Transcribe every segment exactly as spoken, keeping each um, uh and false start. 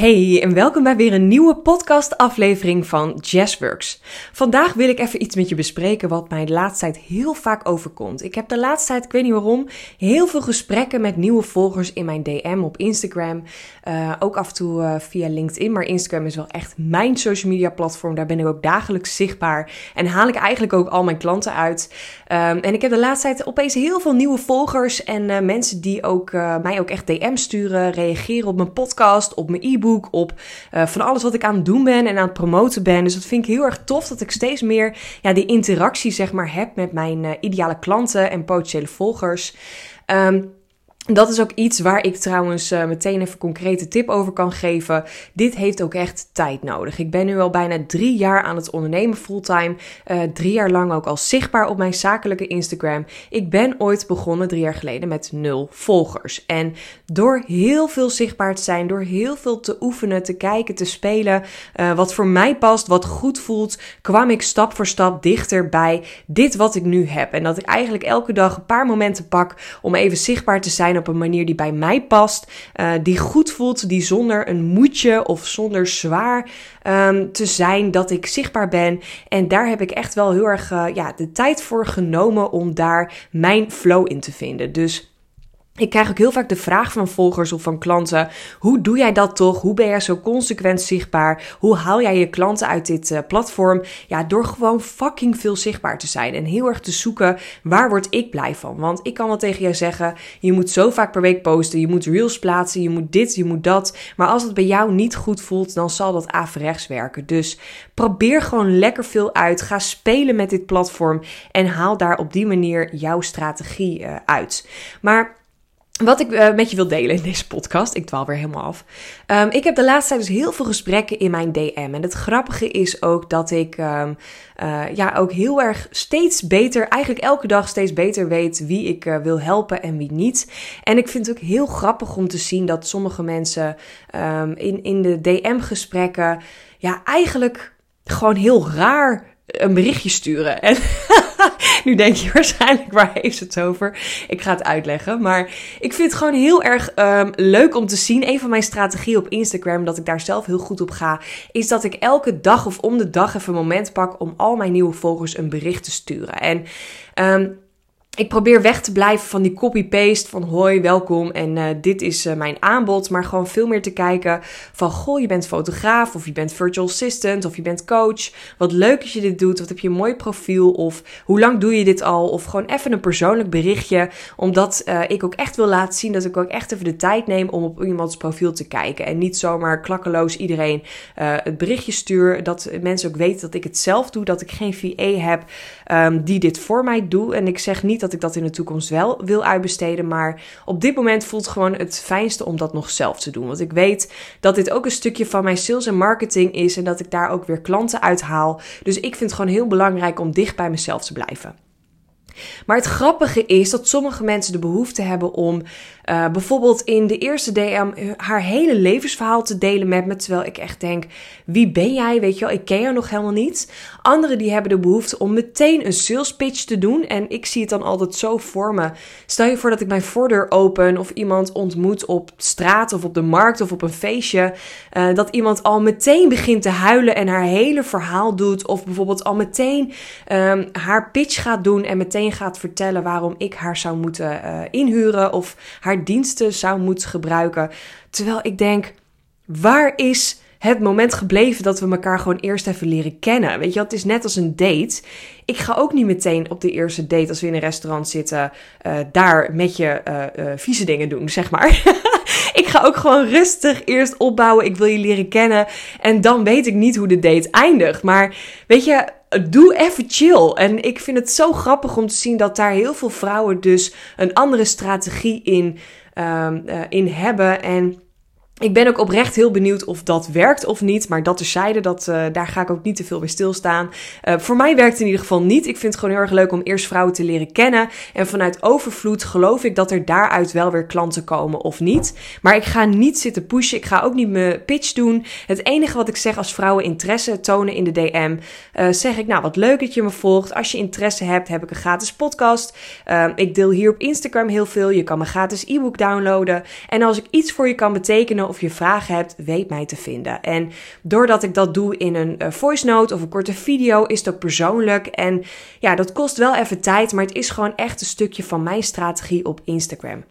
Hey en welkom bij weer een nieuwe podcastaflevering van Jazzworks. Vandaag wil ik even iets met je bespreken wat mij de laatste tijd heel vaak overkomt. Ik heb de laatste tijd, ik weet niet waarom, heel veel gesprekken met nieuwe volgers in mijn D M op Instagram. Uh, ook af en toe uh, via LinkedIn, maar Instagram is wel echt mijn social media platform. Daar ben ik ook dagelijks zichtbaar en haal ik eigenlijk ook al mijn klanten uit. Um, en ik heb de laatste tijd opeens heel veel nieuwe volgers en uh, mensen die ook, uh, mij ook echt D M sturen, reageren op mijn podcast, op mijn e-book. Op uh, van alles wat ik aan het doen ben en aan het promoten ben. Dus dat vind ik heel erg tof dat ik steeds meer ja, die interactie zeg maar heb met mijn uh, ideale klanten en potentiële volgers. Um, Dat is ook iets waar ik trouwens uh, meteen even een concrete tip over kan geven. Dit heeft ook echt tijd nodig. Ik ben nu al bijna drie jaar aan het ondernemen fulltime. Uh, drie jaar lang ook al zichtbaar op mijn zakelijke Instagram. Ik ben ooit begonnen drie jaar geleden met nul volgers. En door heel veel zichtbaar te zijn, door heel veel te oefenen, te kijken, te spelen, uh, wat voor mij past, wat goed voelt, kwam ik stap voor stap dichter bij dit wat ik nu heb. En dat ik eigenlijk elke dag een paar momenten pak om even zichtbaar te zijn op een manier die bij mij past, uh, die goed voelt, die zonder een moedje of zonder zwaar um, te zijn dat ik zichtbaar ben. En daar heb ik echt wel heel erg uh, ja, de tijd voor genomen om daar mijn flow in te vinden. Dus ik krijg ook heel vaak de vraag van volgers of van klanten: hoe doe jij dat toch? Hoe ben jij zo consequent zichtbaar? Hoe haal jij je klanten uit dit uh, platform? Ja, door gewoon fucking veel zichtbaar te zijn en heel erg te zoeken, waar word ik blij van? Want ik kan wel tegen jou zeggen, je moet zo vaak per week posten, je moet reels plaatsen, je moet dit, je moet dat. Maar als het bij jou niet goed voelt, dan zal dat averechts werken. Dus probeer gewoon lekker veel uit. Ga spelen met dit platform en haal daar op die manier jouw strategie uh, uit. Maar wat ik uh, met je wil delen in deze podcast, ik dwaal weer helemaal af. Um, ik heb de laatste tijd dus heel veel gesprekken in mijn D M. En het grappige is ook dat ik um, uh, ja, ook heel erg steeds beter, eigenlijk elke dag steeds beter weet wie ik uh, wil helpen en wie niet. En ik vind het ook heel grappig om te zien dat sommige mensen um, in, in de D M-gesprekken ja, eigenlijk gewoon heel raar een berichtje sturen. En nu denk je waarschijnlijk, waar heeft het over? Ik ga het uitleggen. Maar ik vind het gewoon heel erg um, leuk om te zien. Een van mijn strategieën op Instagram, dat ik daar zelf heel goed op ga, is dat ik elke dag of om de dag even een moment pak om al mijn nieuwe volgers een bericht te sturen. En um, ik probeer weg te blijven van die copy-paste van hoi, welkom en uh, dit is uh, mijn aanbod. Maar gewoon veel meer te kijken van goh, je bent fotograaf of je bent virtual assistant of je bent coach. Wat leuk dat je dit doet, wat heb je een mooi profiel of hoe lang doe je dit al? Of gewoon even een persoonlijk berichtje, omdat uh, ik ook echt wil laten zien dat ik ook echt even de tijd neem om op iemands profiel te kijken. En niet zomaar klakkeloos iedereen uh, het berichtje stuur. Dat mensen ook weten dat ik het zelf doe, dat ik geen V A heb um, die dit voor mij doet. En ik zeg niet dat ik dat in de toekomst wel wil uitbesteden, maar op dit moment voelt het gewoon het fijnste om dat nog zelf te doen. Want ik weet dat dit ook een stukje van mijn sales en marketing is en dat ik daar ook weer klanten uit haal. Dus ik vind het gewoon heel belangrijk om dicht bij mezelf te blijven. Maar het grappige is dat sommige mensen de behoefte hebben om uh, bijvoorbeeld in de eerste D M haar hele levensverhaal te delen met me. Terwijl ik echt denk, wie ben jij? Weet je wel, ik ken jou nog helemaal niet. Anderen die hebben de behoefte om meteen een sales pitch te doen. En ik zie het dan altijd zo voor me. Stel je voor dat ik mijn voordeur open of iemand ontmoet op straat of op de markt of op een feestje. Uh, dat iemand al meteen begint te huilen en haar hele verhaal doet. Of bijvoorbeeld al meteen um, haar pitch gaat doen en meteen gaat vertellen waarom ik haar zou moeten uh, inhuren of haar diensten zou moeten gebruiken. Terwijl ik denk, waar is het moment gebleven dat we elkaar gewoon eerst even leren kennen? Weet je, het is net als een date. Ik ga ook niet meteen op de eerste date als we in een restaurant zitten, uh, daar met je uh, uh, vieze dingen doen, zeg maar. Ik ga ook gewoon rustig eerst opbouwen. Ik wil je leren kennen. En dan weet ik niet hoe de date eindigt. Maar weet je, doe even chill. En ik vind het zo grappig om te zien dat daar heel veel vrouwen dus een andere strategie in, um, uh, in hebben. En ik ben ook oprecht heel benieuwd of dat werkt of niet. Maar dat terzijde, dat, uh, daar ga ik ook niet te veel bij stilstaan. Uh, voor mij werkt het in ieder geval niet. Ik vind het gewoon heel erg leuk om eerst vrouwen te leren kennen. En vanuit overvloed geloof ik dat er daaruit wel weer klanten komen of niet. Maar ik ga niet zitten pushen. Ik ga ook niet mijn pitch doen. Het enige wat ik zeg als vrouwen interesse tonen in de D M. Uh, zeg ik, nou wat leuk dat je me volgt. Als je interesse hebt, heb ik een gratis podcast. Uh, ik deel hier op Instagram heel veel. Je kan mijn gratis e-book downloaden. En als ik iets voor je kan betekenen of je vragen hebt, weet mij te vinden. En doordat ik dat doe in een uh, voice note of een korte video, is het ook persoonlijk. En ja, dat kost wel even tijd, maar het is gewoon echt een stukje van mijn strategie op Instagram.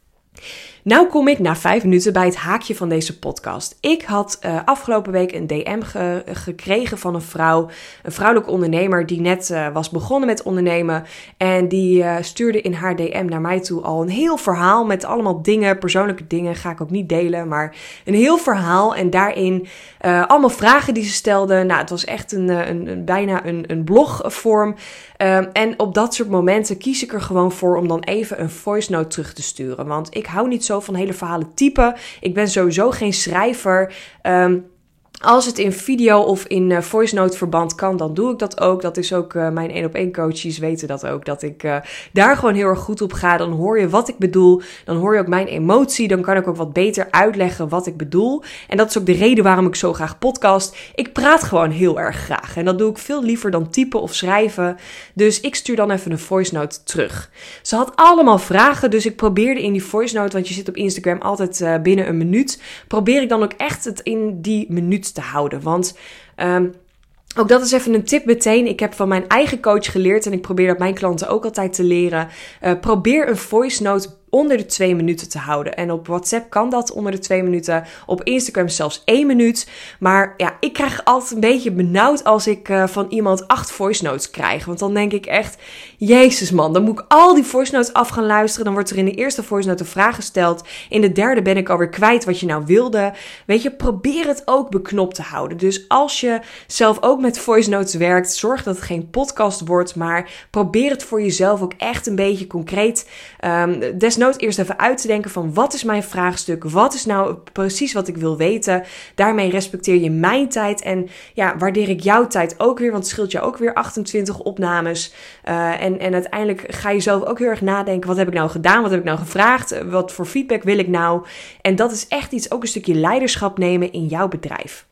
Nou kom ik na vijf minuten bij het haakje van deze podcast. Ik had uh, afgelopen week een D M ge- gekregen van een vrouw, een vrouwelijke ondernemer die net uh, was begonnen met ondernemen. En die uh, stuurde in haar D M naar mij toe al een heel verhaal met allemaal dingen, persoonlijke dingen, ga ik ook niet delen, maar een heel verhaal. En daarin uh, allemaal vragen die ze stelde. Nou, het was echt een, een, een bijna een, een blogvorm. Um, en op dat soort momenten kies ik er gewoon voor om dan even een voice note terug te sturen. Want ik hou niet zo van hele verhalen typen. Ik ben sowieso geen schrijver. Um, Als het in video of in uh, voice note verband kan, dan doe ik dat ook. Dat is ook uh, mijn één op één coaches weten dat ook. Dat ik uh, daar gewoon heel erg goed op ga. Dan hoor je wat ik bedoel. Dan hoor je ook mijn emotie. Dan kan ik ook wat beter uitleggen wat ik bedoel. En dat is ook de reden waarom ik zo graag podcast. Ik praat gewoon heel erg graag. En dat doe ik veel liever dan typen of schrijven. Dus ik stuur dan even een voice note terug. Ze had allemaal vragen. Dus ik probeerde in die voice note, want je zit op Instagram altijd uh, binnen een minuut. Probeer ik dan ook echt het in die minuut te houden. Want um, ook dat is even een tip meteen. Ik heb van mijn eigen coach geleerd en ik probeer dat mijn klanten ook altijd te leren. Uh, probeer een voice note onder de twee minuten te houden. En op WhatsApp kan dat onder de twee minuten. Op Instagram zelfs één minuut. Maar ja, ik krijg altijd een beetje benauwd als ik uh, van iemand acht voice notes krijg. Want dan denk ik echt, jezus man, dan moet ik al die voice notes af gaan luisteren. Dan wordt er in de eerste voice note een vraag gesteld. In de derde ben ik alweer kwijt wat je nou wilde. Weet je, probeer het ook beknopt te houden. Dus als je zelf ook met voice notes werkt, zorg dat het geen podcast wordt. Maar probeer het voor jezelf ook echt een beetje concreet. Um, desnoods eerst even uit te denken van wat is mijn vraagstuk? Wat is nou precies wat ik wil weten? Daarmee respecteer je mijn tijd en ja, waardeer ik jouw tijd ook weer, want het scheelt jou ook weer achtentwintig opnames. Uh, en, en uiteindelijk ga je zelf ook heel erg nadenken, wat heb ik nou gedaan? Wat heb ik nou gevraagd? Wat voor feedback wil ik nou? En dat is echt iets, ook een stukje leiderschap nemen in jouw bedrijf.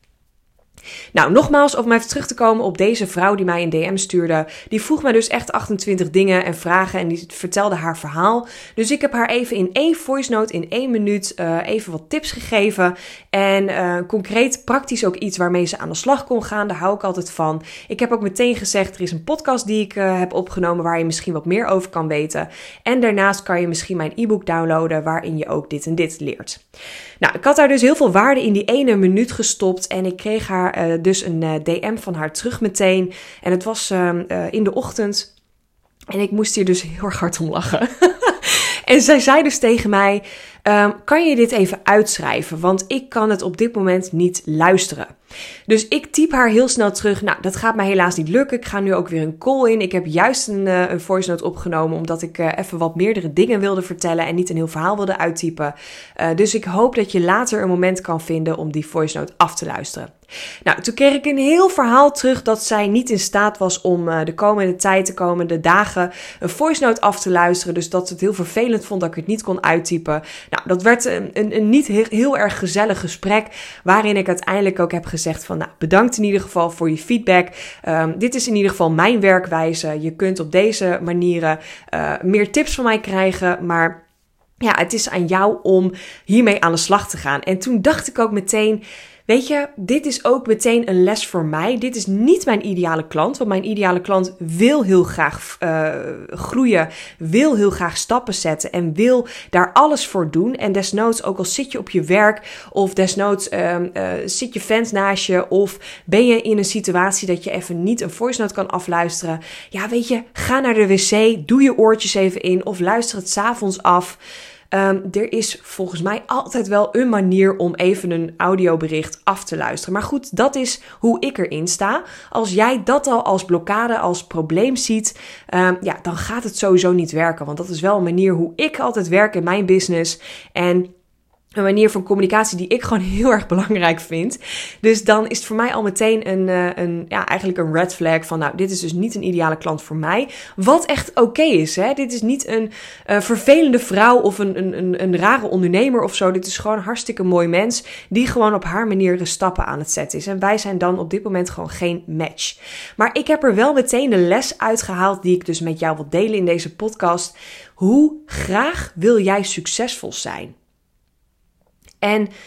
Nou, nogmaals, om even terug te komen op deze vrouw die mij een D M stuurde. Die vroeg mij dus echt achtentwintig dingen en vragen en die vertelde haar verhaal. Dus ik heb haar even in één voice note, in één minuut, uh, even wat tips gegeven. En uh, concreet, praktisch ook iets waarmee ze aan de slag kon gaan. Daar hou ik altijd van. Ik heb ook meteen gezegd, er is een podcast die ik uh, heb opgenomen waar je misschien wat meer over kan weten. En daarnaast kan je misschien mijn e-book downloaden waarin je ook dit en dit leert. Nou, ik had daar dus heel veel waarde in die ene minuut gestopt en ik kreeg haar uh, dus een uh, D M van haar terug meteen. En het was uh, uh, in de ochtend en ik moest hier dus heel erg hard om lachen. En zij zei dus tegen mij, um, kan je dit even uitschrijven? Want ik kan het op dit moment niet luisteren. Dus ik typ haar heel snel terug. Nou, dat gaat mij helaas niet lukken. Ik ga nu ook weer een call in. Ik heb juist een, uh, een voice note opgenomen, omdat ik uh, even wat meerdere dingen wilde vertellen en niet een heel verhaal wilde uittypen. Uh, dus ik hoop dat je later een moment kan vinden om die voice note af te luisteren. Nou, toen kreeg ik een heel verhaal terug dat zij niet in staat was om uh, de komende tijd, de komende dagen een voice note af te luisteren. Dus dat ze het heel vervelend vond dat ik het niet kon uittypen. Nou, dat werd een, een, een niet heel, heel erg gezellig gesprek, waarin ik uiteindelijk ook heb gezegd van, nou, bedankt in ieder geval voor je feedback. Um, dit is in ieder geval mijn werkwijze. Je kunt op deze manieren uh, meer tips van mij krijgen, maar ja, het is aan jou om hiermee aan de slag te gaan. En toen dacht ik ook meteen, weet je, dit is ook meteen een les voor mij. Dit is niet mijn ideale klant, want mijn ideale klant wil heel graag uh, groeien, wil heel graag stappen zetten en wil daar alles voor doen. En desnoods, ook al zit je op je werk of desnoods uh, uh, zit je fans naast je of ben je in een situatie dat je even niet een voice note kan afluisteren. Ja, weet je, ga naar de wc, doe je oortjes even in of luister het 's avonds af. Um, er is volgens mij altijd wel een manier om even een audiobericht af te luisteren. Maar goed, dat is hoe ik erin sta. Als jij dat al als blokkade, als probleem ziet, um, ja, dan gaat het sowieso niet werken. Want dat is wel een manier hoe ik altijd werk in mijn business. En een manier van communicatie die ik gewoon heel erg belangrijk vind. Dus dan is het voor mij al meteen een, een ja, eigenlijk een red flag van, nou, dit is dus niet een ideale klant voor mij. Wat echt oké okay is, hè. Dit is niet een uh, vervelende vrouw of een, een, een, een rare ondernemer of zo. Dit is gewoon een hartstikke mooi mens die gewoon op haar manier de stappen aan het zetten is. En wij zijn dan op dit moment gewoon geen match. Maar ik heb er wel meteen de les uitgehaald die ik dus met jou wil delen in deze podcast. Hoe graag wil jij succesvol zijn? En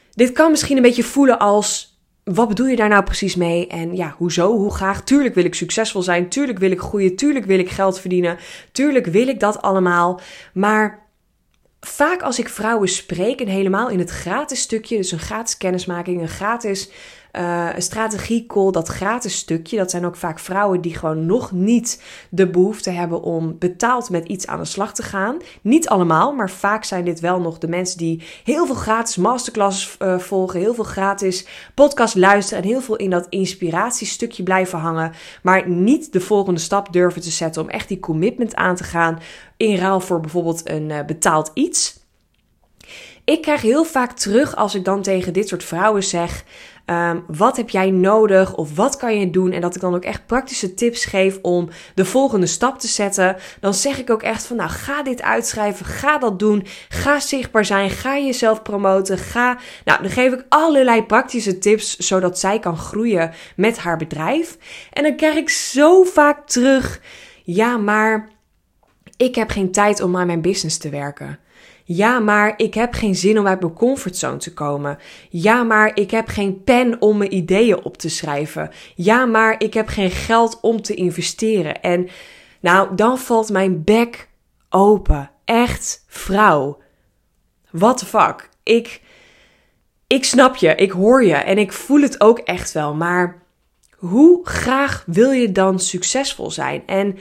Dit kan misschien een beetje voelen als, wat bedoel je daar nou precies mee? En ja, hoezo, hoe graag? Tuurlijk wil ik succesvol zijn, tuurlijk wil ik groeien, tuurlijk wil ik geld verdienen, tuurlijk wil ik dat allemaal. Maar vaak als ik vrouwen spreek, en helemaal in het gratis stukje, dus een gratis kennismaking, een gratis uh, een strategiecall, dat gratis stukje, dat zijn ook vaak vrouwen die gewoon nog niet de behoefte hebben om betaald met iets aan de slag te gaan. Niet allemaal, maar vaak zijn dit wel nog de mensen die heel veel gratis masterclasses uh, volgen, heel veel gratis podcast luisteren en heel veel in dat inspiratiestukje blijven hangen, maar niet de volgende stap durven te zetten om echt die commitment aan te gaan in ruil voor bijvoorbeeld een uh, betaald iets. Ik krijg heel vaak terug als ik dan tegen dit soort vrouwen zeg, Um, wat heb jij nodig of wat kan je doen? En dat ik dan ook echt praktische tips geef om de volgende stap te zetten. Dan zeg ik ook echt van, nou, ga dit uitschrijven, ga dat doen, ga zichtbaar zijn, ga jezelf promoten, ga... Nou, dan geef ik allerlei praktische tips, zodat zij kan groeien met haar bedrijf. En dan krijg ik zo vaak terug, ja, maar ik heb geen tijd om aan mijn business te werken. Ja, maar ik heb geen zin om uit mijn comfortzone te komen. Ja, maar ik heb geen pen om mijn ideeën op te schrijven. Ja, maar ik heb geen geld om te investeren. En nou, dan valt mijn bek open. Echt, vrouw. What the fuck? Ik, ik snap je, ik hoor je en ik voel het ook echt wel. Maar hoe graag wil je dan succesvol zijn? En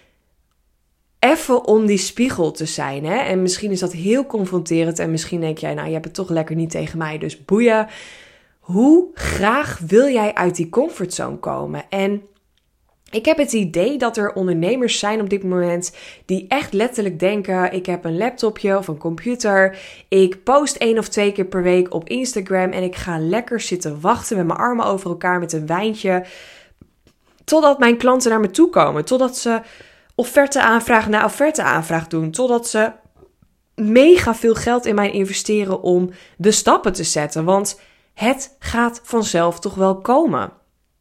even om die spiegel te zijn, hè? En misschien is dat heel confronterend en misschien denk jij, nou, je hebt het toch lekker niet tegen mij, dus boeien. Hoe graag wil jij uit die comfortzone komen? En ik heb het idee dat er ondernemers zijn op dit moment die echt letterlijk denken, ik heb een laptopje of een computer, ik post één of twee keer per week op Instagram en ik ga lekker zitten wachten met mijn armen over elkaar met een wijntje, totdat mijn klanten naar me toe komen, totdat ze offerte aanvraag na offerte aanvraag doen, totdat ze mega veel geld in mij investeren om de stappen te zetten, want het gaat vanzelf toch wel komen.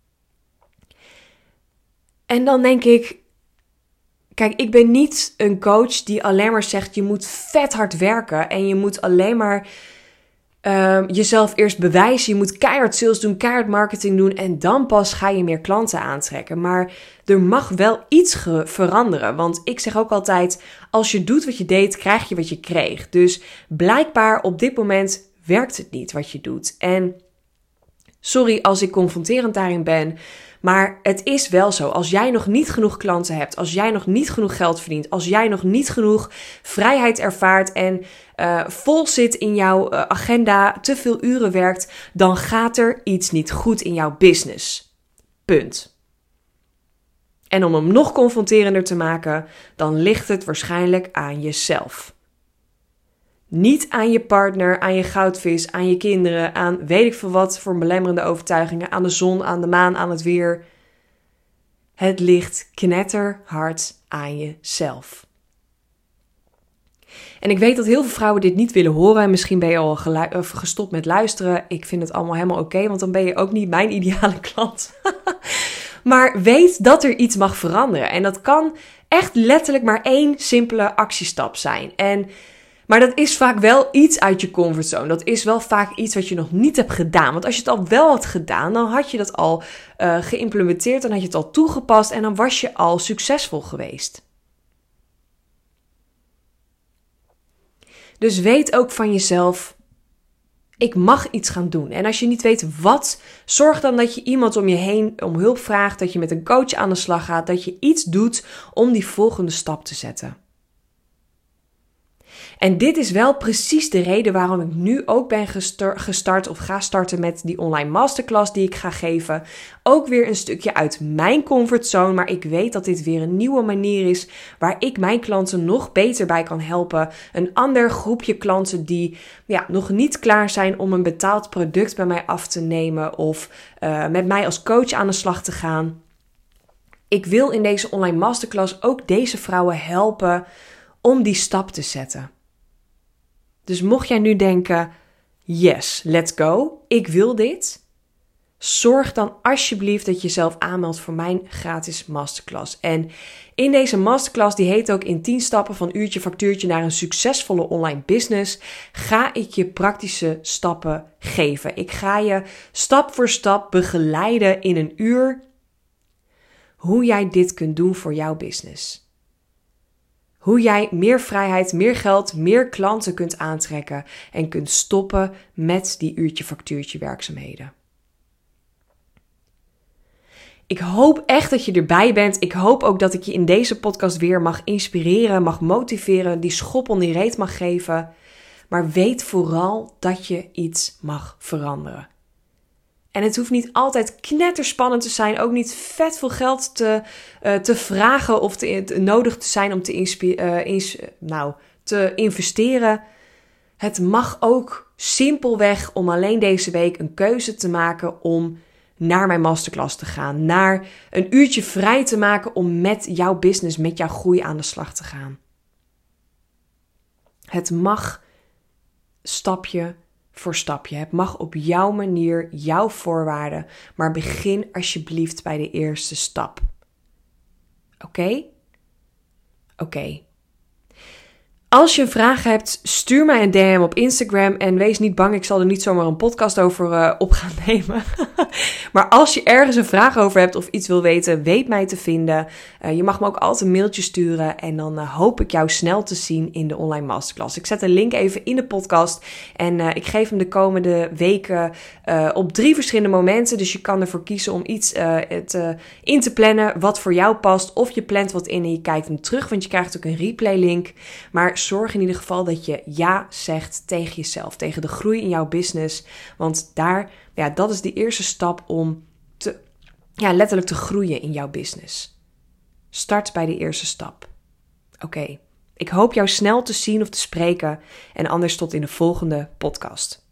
En dan denk ik, kijk, ik ben niet een coach die alleen maar zegt, je moet vet hard werken en je moet alleen maar uh, jezelf eerst bewijzen. Je moet keihard sales doen, keihard marketing doen en dan pas ga je meer klanten aantrekken. Maar er mag wel iets ge- veranderen, want ik zeg ook altijd, als je doet wat je deed, krijg je wat je kreeg. Dus blijkbaar op dit moment werkt het niet wat je doet. En sorry als ik confronterend daarin ben, maar het is wel zo. Als jij nog niet genoeg klanten hebt, als jij nog niet genoeg geld verdient, als jij nog niet genoeg vrijheid ervaart en uh, vol zit in jouw uh, agenda, te veel uren werkt, dan gaat er iets niet goed in jouw business. Punt. En om hem nog confronterender te maken, dan ligt het waarschijnlijk aan jezelf. Niet aan je partner, aan je goudvis, aan je kinderen, aan weet ik veel wat voor belemmerende overtuigingen, aan de zon, aan de maan, aan het weer. Het ligt knetterhard aan jezelf. En ik weet dat heel veel vrouwen dit niet willen horen. Misschien ben je al gelu- of gestopt met luisteren. Ik vind het allemaal helemaal oké, want dan ben je ook niet mijn ideale klant. Maar weet dat er iets mag veranderen. En dat kan echt letterlijk maar één simpele actiestap zijn. En Maar dat is vaak wel iets uit je comfortzone. Dat is wel vaak iets wat je nog niet hebt gedaan. Want als je het al wel had gedaan, dan had je dat al uh, geïmplementeerd. Dan had je het al toegepast en dan was je al succesvol geweest. Dus weet ook van jezelf, ik mag iets gaan doen. En als je niet weet wat, zorg dan dat je iemand om je heen om hulp vraagt. Dat je met een coach aan de slag gaat. Dat je iets doet om die volgende stap te zetten. En dit is wel precies de reden waarom ik nu ook ben gestart of ga starten met die online masterclass die ik ga geven. Ook weer een stukje uit mijn comfortzone, maar ik weet dat dit weer een nieuwe manier is waar ik mijn klanten nog beter bij kan helpen. Een ander groepje klanten die ja, nog niet klaar zijn om een betaald product bij mij af te nemen of uh, met mij als coach aan de slag te gaan. Ik wil in deze online masterclass ook deze vrouwen helpen om die stap te zetten. Dus mocht jij nu denken, yes, let's go, ik wil dit. zorg dan alsjeblieft dat je jezelf aanmeldt voor mijn gratis masterclass. En in deze masterclass, die heet ook in tien stappen van uurtje factuurtje naar een succesvolle online business, ga ik je praktische stappen geven. Ik ga je stap voor stap begeleiden in een uur hoe jij dit kunt doen voor jouw business. Hoe jij meer vrijheid, meer geld, meer klanten kunt aantrekken en kunt stoppen met die uurtje factuurtje werkzaamheden. Ik hoop echt dat je erbij bent. Ik hoop ook dat ik je in deze podcast weer mag inspireren, mag motiveren, die schop onder die reet mag geven. Maar weet vooral dat je iets mag veranderen. En het hoeft niet altijd knetterspannend te zijn, ook niet vet veel geld te, uh, te vragen of te, te, nodig te zijn om te, inspi- uh, ins- nou, te investeren. Het mag ook simpelweg om alleen deze week een keuze te maken om naar mijn masterclass te gaan. Naar een uurtje vrij te maken om met jouw business, met jouw groei aan de slag te gaan. Het mag stapje voor stapje. Het mag op jouw manier, jouw voorwaarden. Maar begin alsjeblieft bij de eerste stap. Oké? Okay? Oké. Okay. Als je een vraag hebt, stuur mij een D M op Instagram en wees niet bang, ik zal er niet zomaar een podcast over uh, op gaan nemen. Maar als je ergens een vraag over hebt of iets wil weten, weet mij te vinden. Uh, je mag me ook altijd een mailtje sturen en dan uh, hoop ik jou snel te zien in de online masterclass. Ik zet een link even in de podcast en uh, ik geef hem de komende weken uh, op drie verschillende momenten. Dus je kan ervoor kiezen om iets uh, te, in te plannen wat voor jou past. Of je plant wat in en je kijkt hem terug, want je krijgt ook een replay link. Maar zorg in ieder geval dat je ja zegt tegen jezelf, tegen de groei in jouw business. Want daar, ja, dat is de eerste stap om te, ja, letterlijk te groeien in jouw business. Start bij de eerste stap. Oké, okay. Ik hoop jou snel te zien of te spreken en anders tot in de volgende podcast.